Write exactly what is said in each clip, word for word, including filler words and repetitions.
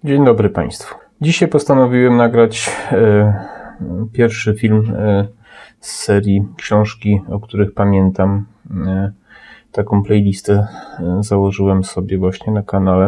Dzień dobry Państwu. Dzisiaj postanowiłem nagrać e, pierwszy film e, z serii książki, o których pamiętam. E, taką playlistę e, założyłem sobie właśnie na kanale,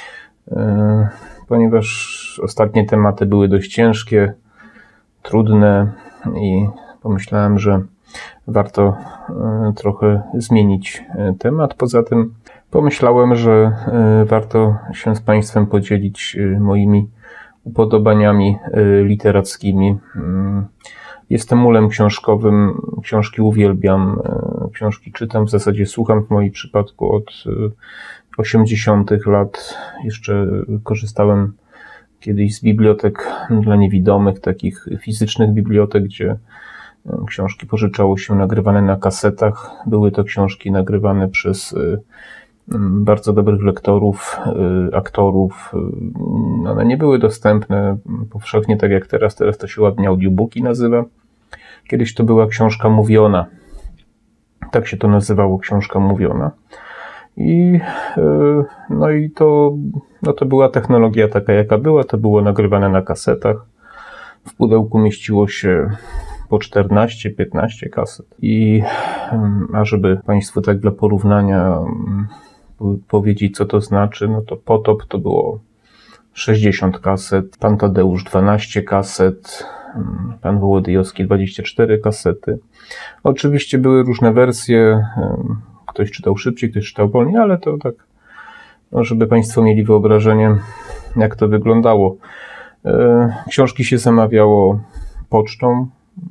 e, ponieważ ostatnie tematy były dość ciężkie, trudne i pomyślałem, że warto e, trochę zmienić e, temat. Poza tym pomyślałem, że warto się z Państwem podzielić moimi upodobaniami literackimi. Jestem mulem książkowym, książki uwielbiam, książki czytam, w zasadzie słucham w moim przypadku od osiemdziesiątych lat. Jeszcze korzystałem kiedyś z bibliotek dla niewidomych, takich fizycznych bibliotek, gdzie książki pożyczało się nagrywane na kasetach. Były to książki nagrywane przez bardzo dobrych lektorów, aktorów. One nie były dostępne powszechnie tak jak teraz. Teraz to się ładnie audiobooki nazywa. Kiedyś to była książka mówiona. Tak się to nazywało, książka mówiona. I, no i to, no to była technologia taka jaka była. To było nagrywane na kasetach. W pudełku mieściło się po czternaście piętnaście kaset. I a żeby Państwu tak dla porównania powiedzieć, co to znaczy, no to Potop to było sześćdziesiąt kaset, Pan Tadeusz dwanaście kaset, Pan Wołodyjowski dwadzieścia cztery kasety. Oczywiście były różne wersje, ktoś czytał szybciej, ktoś czytał wolniej, ale to tak, no żeby Państwo mieli wyobrażenie, jak to wyglądało. Książki się zamawiało pocztą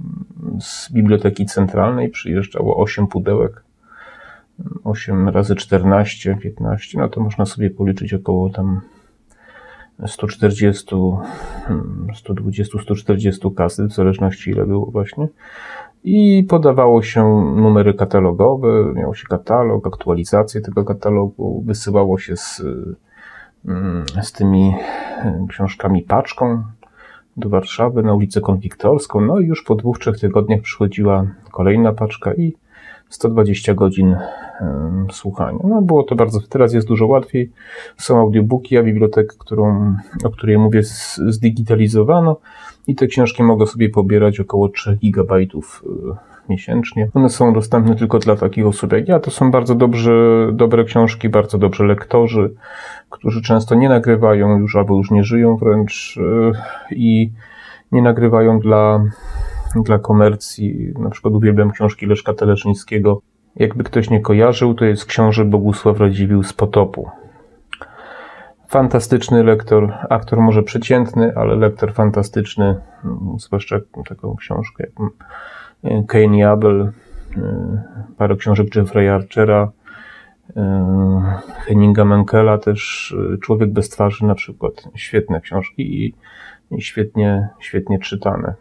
z Biblioteki Centralnej, przyjeżdżało osiem pudełek, osiem razy czternaście, piętnaście, no to można sobie policzyć około tam sto czterdzieści, sto dwadzieścia, sto czterdzieści kaset, w zależności ile było właśnie. I podawało się numery katalogowe, miało się katalog, aktualizację tego katalogu, wysyłało się z, z tymi książkami paczką do Warszawy na ulicę Konwiktorską, no i już po dwóch, trzech tygodniach przychodziła kolejna paczka i sto dwadzieścia godzin um, słuchania. No było to bardzo, teraz jest dużo łatwiej. Są audiobooki, a bibliotekę, którą, o której mówię, zdigitalizowano i te książki mogę sobie pobierać około trzy gigabajtów miesięcznie. One są dostępne tylko dla takich osób jak ja. To są bardzo dobrze, dobre książki, bardzo dobrzy lektorzy, którzy często nie nagrywają już albo już nie żyją wręcz yy, i nie nagrywają dla dla komercji. Na przykład uwielbiam książki Leszka Teleczyńskiego. Jakby ktoś nie kojarzył, to jest książę Bogusław Radziwiłł z Potopu. Fantastyczny lektor, aktor może przeciętny, ale lektor fantastyczny, zwłaszcza taką książkę jak Cain i Abel, parę książek Jeffrey'a Archera, Henninga Mankella też, Człowiek bez twarzy na przykład. Świetne książki i, i świetnie, świetnie czytane.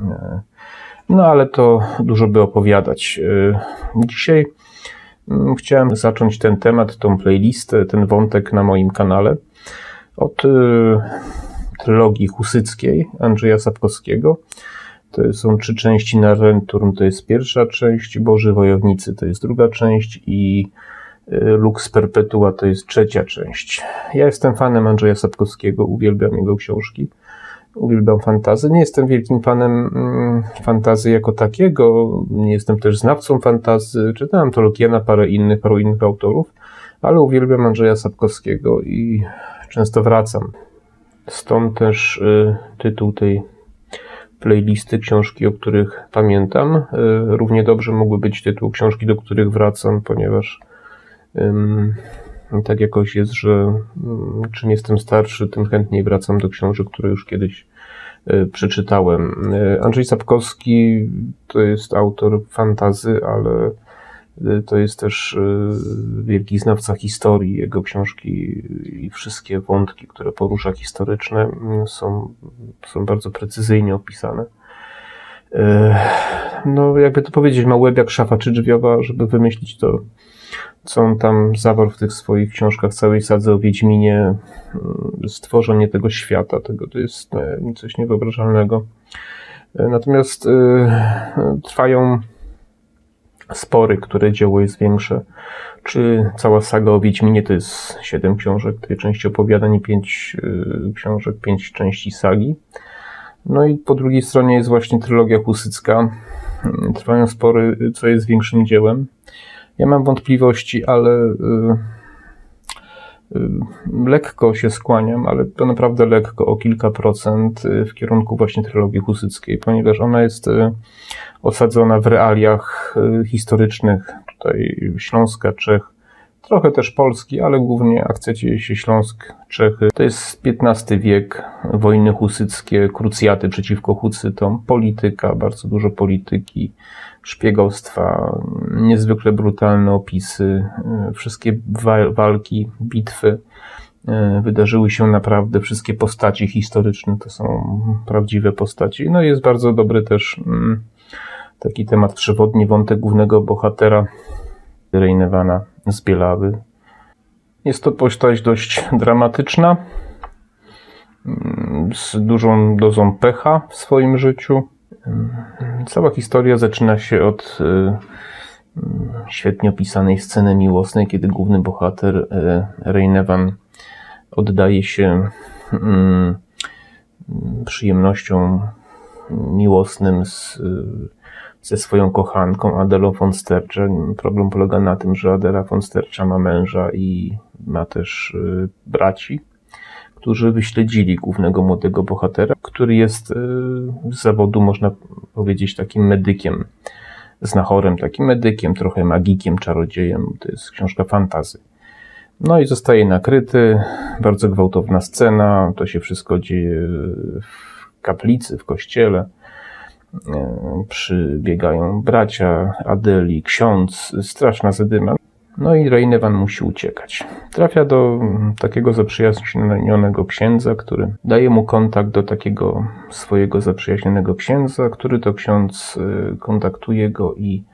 No ale to dużo by opowiadać. Dzisiaj chciałem zacząć ten temat, tą playlistę, ten wątek na moim kanale od trylogii husyckiej Andrzeja Sapkowskiego. To są trzy części Narrenturm, to jest pierwsza część, Boży Wojownicy to jest druga część i Lux Perpetua to jest trzecia część. Ja jestem fanem Andrzeja Sapkowskiego, uwielbiam jego książki. Uwielbiam fantazy. Nie jestem wielkim fanem mm, fantazy jako takiego. Nie jestem też znawcą fantazy. Czytałem Tolkiena, parę innych, paru innych autorów, ale uwielbiam Andrzeja Sapkowskiego i często wracam. Stąd też y, tytuł tej playlisty, książki, o których pamiętam. Y, równie dobrze mógłby być tytuł książki, do których wracam, ponieważ ym, tak jakoś jest, że czym jestem starszy, tym chętniej wracam do książek, które już kiedyś y, przeczytałem. Y, Andrzej Sapkowski to jest autor fantazy, ale y, to jest też y, wielki znawca historii. Jego książki i wszystkie wątki, które porusza historyczne, y, są, są bardzo precyzyjnie opisane. Y, no, jakby to powiedzieć, ma łeb jak szafa czy drzwiowa, żeby wymyślić to, co on tam zawarł w tych swoich książkach, całej sadze o Wiedźminie, stworzenie tego świata, tego to jest coś niewyobrażalnego. Natomiast y, trwają spory, które dzieło jest większe czy cała saga o Wiedźminie to jest siedem książek, dwie części opowiadań i pięć książek, pięć części sagi. No i po drugiej stronie jest właśnie trylogia husycka. Trwają spory, co jest większym dziełem. Ja mam wątpliwości, ale yy, yy, lekko się skłaniam, ale to naprawdę lekko, o kilka procent w kierunku właśnie trylogii husyckiej, ponieważ ona jest yy, osadzona w realiach yy, historycznych, tutaj Śląska, Czech, trochę też Polski, ale głównie akcent dzieje się Śląsk, Czechy. To jest piętnasty wiek, wojny husyckie, krucjaty przeciwko Husytom, polityka, bardzo dużo polityki, szpiegostwa, niezwykle brutalne opisy, wszystkie walki, bitwy wydarzyły się naprawdę, wszystkie postaci historyczne to są prawdziwe postaci. No i jest bardzo dobry też taki temat przewodni, wątek głównego bohatera Rejnewana z Bielawy. Jest to postać dość dramatyczna, z dużą dozą pecha w swoim życiu. Cała historia zaczyna się od świetnie opisanej sceny miłosnej, kiedy główny bohater Rejnewan oddaje się przyjemnościom miłosnym z ze swoją kochanką Adelą von Stercza. Problem polega na tym, że Adela von Stercza ma męża i ma też y, braci, którzy wyśledzili głównego młodego bohatera, który jest y, z zawodu, można powiedzieć, takim medykiem, znachorem, takim medykiem, trochę magikiem, czarodziejem. To jest książka fantasy. No i zostaje nakryty, bardzo gwałtowna scena, to się wszystko dzieje w kaplicy, w kościele. Przybiegają bracia Adeli, ksiądz, straszna zadyma. No i Rejnewan musi uciekać. Trafia do takiego zaprzyjaźnionego księdza, który daje mu kontakt do takiego swojego zaprzyjaźnionego księdza, który to ksiądz kontaktuje go i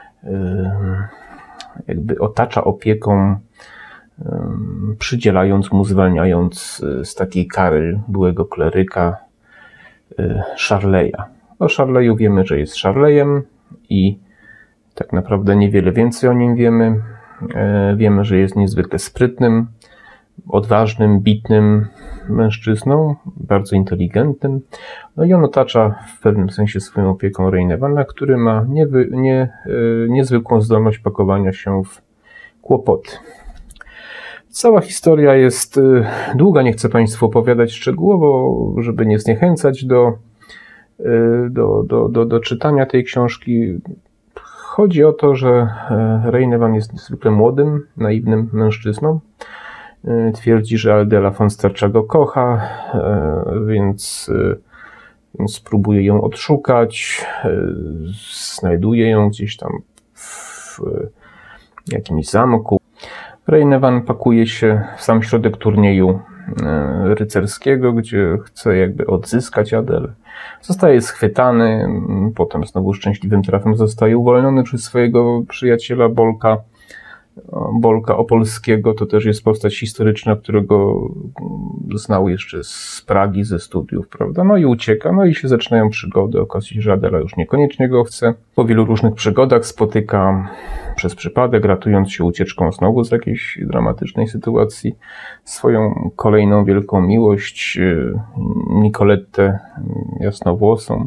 jakby otacza opieką, przydzielając mu, zwalniając z takiej kary byłego kleryka Charleya. O Charleyu wiemy, że jest Charleyem i tak naprawdę niewiele więcej o nim wiemy. Wiemy, że jest niezwykle sprytnym, odważnym, bitnym mężczyzną, bardzo inteligentnym. No i on otacza w pewnym sensie swoją opieką Rejnewana, który ma niewy, nie, niezwykłą zdolność pakowania się w kłopoty. Cała historia jest długa, nie chcę Państwu opowiadać szczegółowo, żeby nie zniechęcać do Do, do, do, do czytania tej książki. Chodzi o to, że Rejnewan jest niezwykle młodym, naiwnym mężczyzną. Twierdzi, że Adela von Stercza go kocha, więc, więc próbuje ją odszukać. Znajduje ją gdzieś tam w jakimś zamku. Rejnewan pakuje się w sam środek turnieju rycerskiego, gdzie chce jakby odzyskać Adelę. Zostaje schwytany, potem znowu szczęśliwym trafem zostaje uwolniony przez swojego przyjaciela Bolka, Bolka Opolskiego. To też jest postać historyczna, którego znał jeszcze z Pragi, ze studiów, prawda? No i ucieka, no i się zaczynają przygody. Okazuje się, że Adela już niekoniecznie go chce. Po wielu różnych przygodach spotyka przez przypadek, ratując się ucieczką znowu z jakiejś dramatycznej sytuacji, swoją kolejną wielką miłość, Nicolettę jasnowłosą.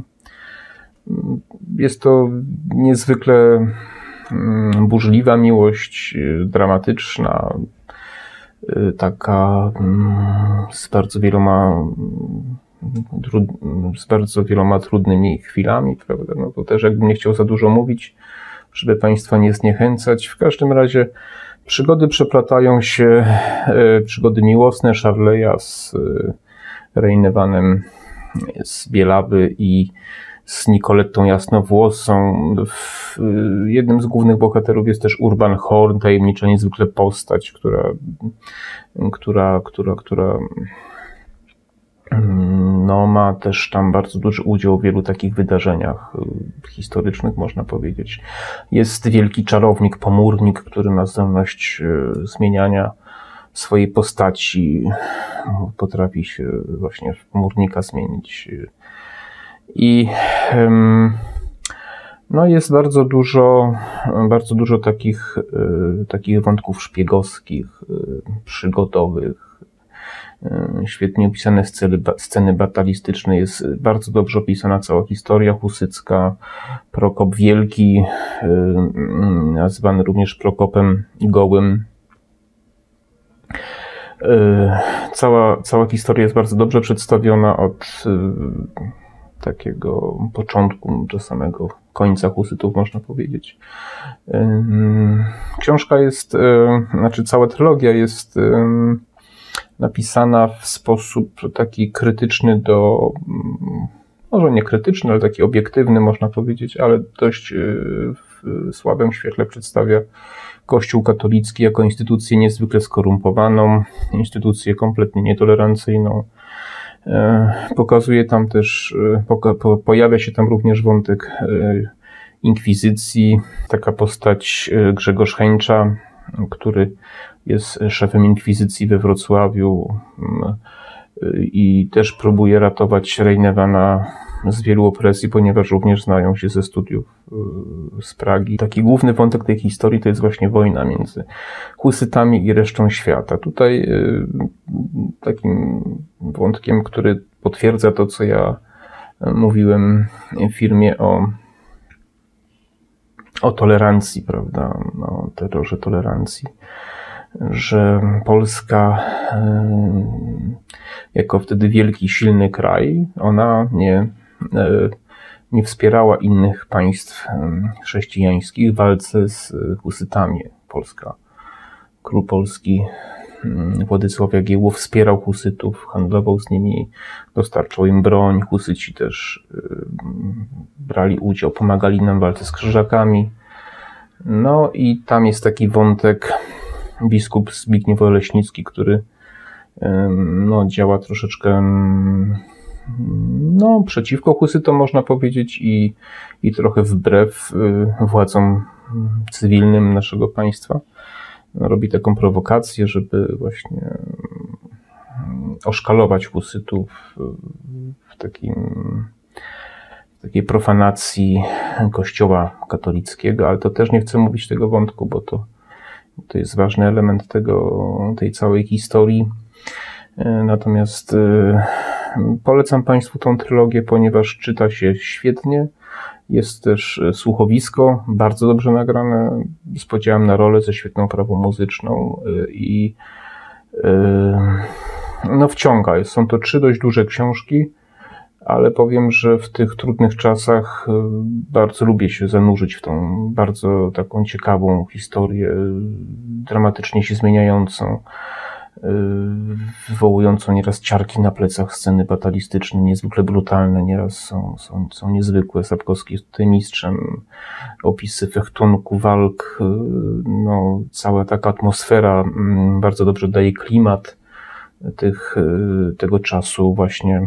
Jest to niezwykle burzliwa miłość, dramatyczna, taka z bardzo wieloma z bardzo wieloma trudnymi chwilami, prawda? No to też jakbym nie chciał za dużo mówić, żeby Państwa nie zniechęcać. W każdym razie przygody przeplatają się, przygody miłosne Charleya z Rejnewanem z Bielawy i z Nicolettą jasnowłosą. Jednym z głównych bohaterów jest też Urban Horn, tajemnicza niezwykle postać, która, która, która, która no, ma też tam bardzo duży udział w wielu takich wydarzeniach historycznych, można powiedzieć. Jest wielki czarownik, pomórnik, który ma zdolność zmieniania swojej postaci. Potrafi się właśnie w pomórnika zmienić. I No jest bardzo dużo, bardzo dużo takich, takich wątków szpiegowskich, przygodowych, świetnie opisane sceny, sceny batalistyczne, jest bardzo dobrze opisana cała historia husycka. Prokop Wielki, nazwany również Prokopem Gołym. Cała, cała historia jest bardzo dobrze przedstawiona od takiego początku do samego końca husytów, można powiedzieć. Książka jest, znaczy cała trylogia jest napisana w sposób taki krytyczny do, może nie krytyczny, ale taki obiektywny, można powiedzieć, ale dość w słabym świetle przedstawia Kościół katolicki jako instytucję niezwykle skorumpowaną, instytucję kompletnie nietolerancyjną. Pokazuje tam też, pojawia się tam również wątek inkwizycji, taka postać Grzegorz Heńcza, który jest szefem inkwizycji we Wrocławiu i też próbuje ratować Rejnewana z wielu opresji, ponieważ również znają się ze studiów z Pragi. Taki główny wątek tej historii to jest właśnie wojna między husytami i resztą świata. Tutaj takim wątkiem, który potwierdza to, co ja mówiłem w filmie o, o tolerancji, prawda, o terrorze tolerancji, że Polska jako wtedy wielki, silny kraj, ona nie, nie wspierała innych państw chrześcijańskich w walce z husytami. Polska, król Polski Władysław Jagiełło wspierał husytów, handlował z nimi, dostarczał im broń. Husyci też brali udział, pomagali nam w walce z krzyżakami. No i tam jest taki wątek, biskup Zbigniew Oleśnicki, który no, działa troszeczkę no, przeciwko husytom, można powiedzieć, i, i trochę wbrew władzom cywilnym naszego państwa. Robi taką prowokację, żeby właśnie oszkalować husytów w takim, w takiej profanacji kościoła katolickiego, ale to też nie chcę mówić tego wątku, bo to, to jest ważny element tego, tej całej historii. Natomiast polecam Państwu tą trylogię, ponieważ czyta się świetnie. Jest też słuchowisko, bardzo dobrze nagrane, z podziałem na rolę, ze świetną prawą muzyczną i no wciąga. Są to trzy dość duże książki, ale powiem, że w tych trudnych czasach bardzo lubię się zanurzyć w tą bardzo taką ciekawą historię, dramatycznie się zmieniającą, wywołującą nieraz ciarki na plecach, sceny batalistyczne, niezwykle brutalne, nieraz są, są, są niezwykłe. Sapkowski jest tutaj mistrzem. Opisy fechtunku, walk, no, cała taka atmosfera bardzo dobrze daje klimat tych, tego czasu właśnie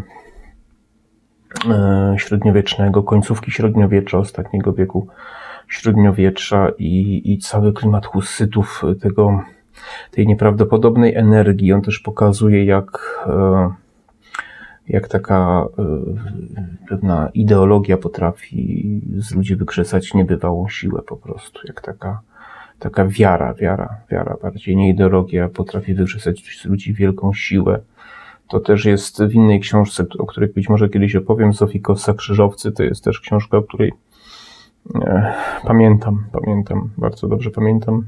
średniowiecznego, końcówki średniowiecza, ostatniego wieku średniowiecza i, i cały klimat husytów, tego tej nieprawdopodobnej energii. On też pokazuje, jak, jak taka pewna ideologia potrafi z ludzi wykrzesać niebywałą siłę po prostu. Jak taka, taka wiara, wiara, wiara bardziej, nie ideologia, potrafi wykrzesać z ludzi wielką siłę. To też jest w innej książce, o której być może kiedyś opowiem, Zofii Kossa, Krzyżowcy. To jest też książka, o której e, pamiętam, pamiętam, bardzo dobrze pamiętam.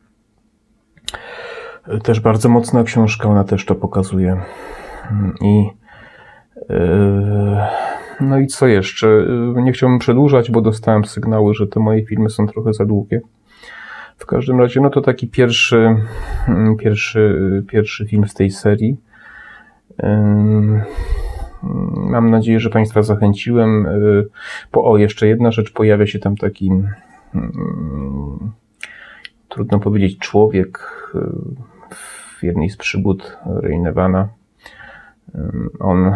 Też bardzo mocna książka, ona też to pokazuje. I no i co jeszcze? Nie chciałbym przedłużać, bo dostałem sygnały, że te moje filmy są trochę za długie. W każdym razie, no to taki pierwszy, pierwszy, pierwszy film z tej serii. Mam nadzieję, że Państwa zachęciłem. Po, o, jeszcze jedna rzecz, pojawia się tam taki, trudno powiedzieć, człowiek w jednej z przygód Rejnewana. On,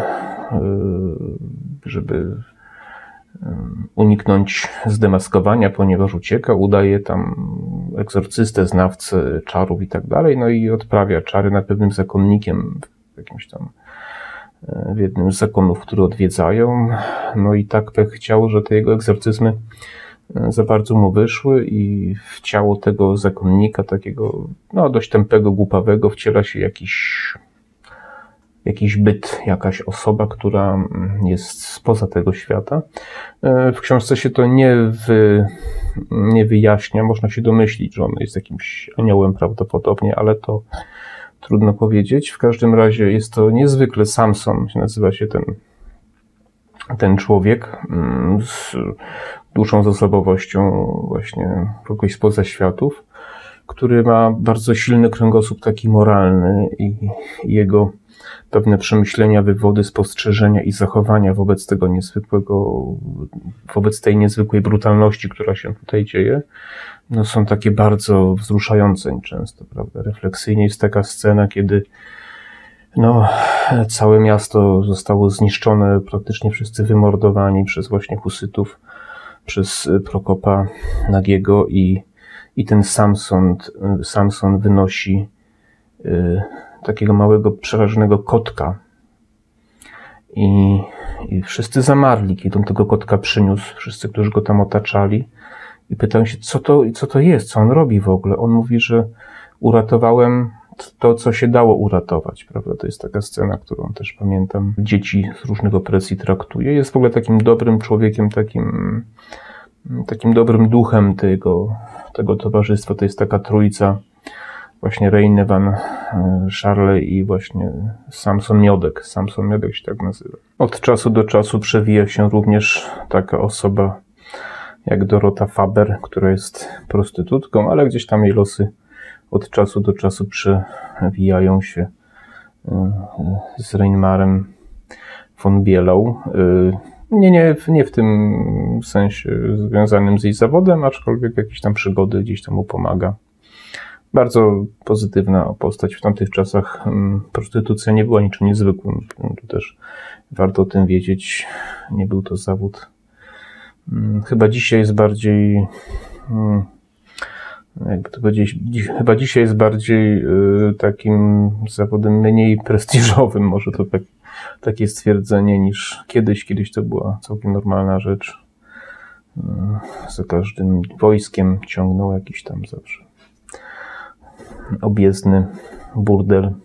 żeby uniknąć zdemaskowania, ponieważ ucieka, udaje tam egzorcystę, znawcę czarów i tak dalej, no i odprawia czary nad pewnym zakonnikiem w jakimś tam, w jednym z zakonów, które odwiedzają. No i tak pech chciał, że te jego egzorcyzmy za bardzo mu wyszły i w ciało tego zakonnika, takiego no, dość tępego, głupawego, wciela się jakiś, jakiś byt, jakaś osoba, która jest spoza tego świata. W książce się to nie, wy, nie wyjaśnia, można się domyślić, że on jest jakimś aniołem prawdopodobnie, ale to trudno powiedzieć. W każdym razie jest to niezwykle Samson, nazywa się ten, ten człowiek z dłuższą osobowością właśnie kogoś spoza światów, który ma bardzo silny kręgosłup taki moralny i jego pewne przemyślenia, wywody, spostrzeżenia i zachowania wobec tego niezwykłego, wobec tej niezwykłej brutalności, która się tutaj dzieje, no są takie bardzo wzruszające często, prawda? Refleksyjnie jest taka scena, kiedy no, całe miasto zostało zniszczone, praktycznie wszyscy wymordowani przez właśnie husytów, przez Prokopa Nagiego i, i ten Samson, Samson wynosi y, takiego małego, przerażonego kotka I, i wszyscy zamarli, kiedy on tego kotka przyniósł, wszyscy, którzy go tam otaczali i pytają się, co to, co to jest, co on robi w ogóle. On mówi, że uratowałem to, co się dało uratować, prawda? To jest taka scena, którą też pamiętam. Dzieci z różnych opresji traktuje. Jest w ogóle takim dobrym człowiekiem, takim, takim dobrym duchem tego, tego towarzystwa. To jest taka trójca, właśnie Reine van Charle i właśnie Samson Miodek. Samson Miodek się tak nazywa. Od czasu do czasu przewija się również taka osoba jak Dorota Faber, która jest prostytutką, ale gdzieś tam jej losy od czasu do czasu przewijają się z Reinmarem von Bielau. Nie, nie, nie w tym sensie związanym z jej zawodem, aczkolwiek jakieś tam przygody gdzieś tam mu pomaga. Bardzo pozytywna postać. W tamtych czasach prostytucja nie była niczym niezwykłym. Tu też warto o tym wiedzieć. Nie był to zawód. Chyba dzisiaj jest bardziej... jakby to powiedzieć, chyba dzisiaj jest bardziej y, takim zawodem mniej prestiżowym, może to tak, takie stwierdzenie, niż kiedyś. Kiedyś to była całkiem normalna rzecz. Y, za każdym wojskiem ciągnął jakiś tam zawsze objezdny burdel. Y,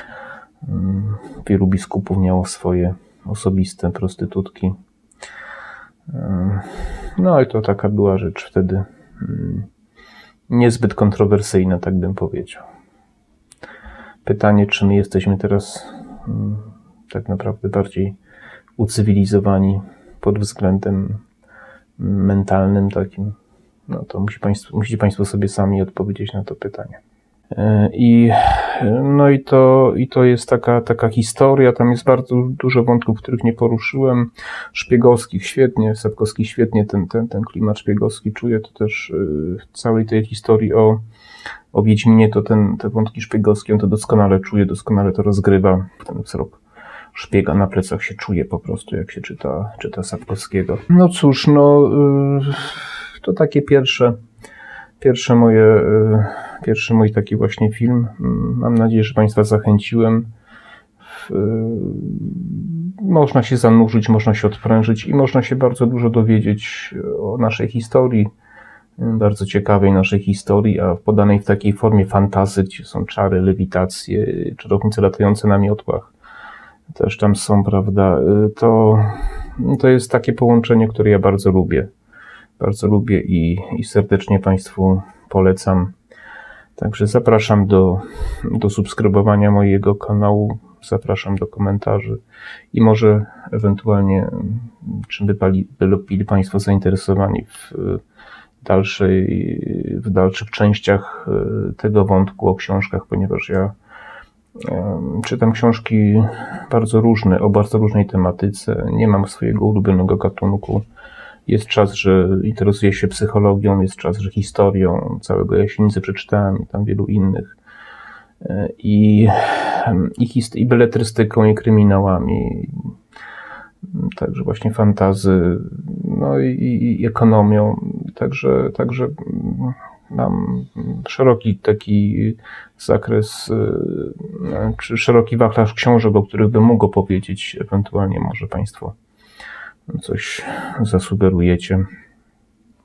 wielu biskupów miało swoje osobiste prostytutki. Y, no i to taka była rzecz wtedy. Y, Niezbyt kontrowersyjne, tak bym powiedział. Pytanie, czy my jesteśmy teraz hmm, tak naprawdę bardziej ucywilizowani pod względem mentalnym takim, no to musi państwo, musicie Państwo sobie sami odpowiedzieć na to pytanie. I, no i to, i to jest taka, taka historia, tam jest bardzo dużo wątków, których nie poruszyłem, szpiegowskich, świetnie, Sapkowski świetnie ten, ten, ten klimat szpiegowski czuje, to też w całej tej historii o, o Wiedźminie, to ten, te wątki szpiegowskie, on to doskonale czuje, doskonale to rozgrywa, ten wzrok szpiega na plecach się czuje po prostu, jak się czyta, czyta Sapkowskiego. No cóż, no to takie pierwsze Pierwsze moje, pierwszy mój taki właśnie film. Mam nadzieję, że Państwa zachęciłem. Można się zanurzyć, można się odprężyć i można się bardzo dużo dowiedzieć o naszej historii, bardzo ciekawej naszej historii, a podanej w takiej formie fantasy, gdzie są czary, lewitacje, czarownice latające na miotłach. Też tam są, prawda? To, to jest takie połączenie, które ja bardzo lubię. Bardzo lubię i, i serdecznie Państwu polecam. Także zapraszam do, do subskrybowania mojego kanału, zapraszam do komentarzy i może ewentualnie, czym by byli, byli Państwo zainteresowani w, dalszej, w dalszych częściach tego wątku o książkach, ponieważ ja czytam książki bardzo różne, o bardzo różnej tematyce, nie mam swojego ulubionego gatunku. Jest czas, że interesuję się psychologią, jest czas, że historią całego Jasienicy przeczytałem i tam wielu innych. I, i, hist- i beletrystyką, i kryminałami. Także właśnie fantazy, no i, i ekonomią. Także, także mam szeroki taki zakres, czy szeroki wachlarz książek, o których bym mógł opowiedzieć. Ewentualnie może Państwo coś zasugerujecie.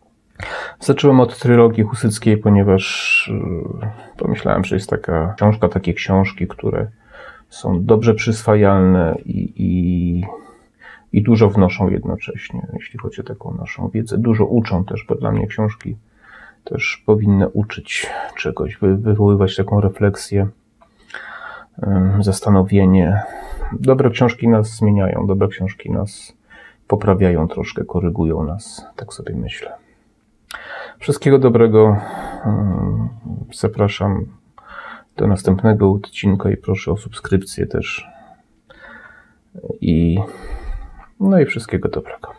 Zacząłem od trylogii Husyckiej, ponieważ pomyślałem, że jest taka książka, takie książki, które są dobrze przyswajalne i, i, i dużo wnoszą jednocześnie, jeśli chodzi o taką naszą wiedzę. Dużo uczą też, bo dla mnie książki też powinny uczyć czegoś, wywoływać taką refleksję, zastanowienie. Dobre książki nas zmieniają, dobre książki nas poprawiają troszkę, korygują nas, tak sobie myślę. Wszystkiego dobrego. Zapraszam do następnego odcinka i proszę o subskrypcję też. I no i wszystkiego dobrego.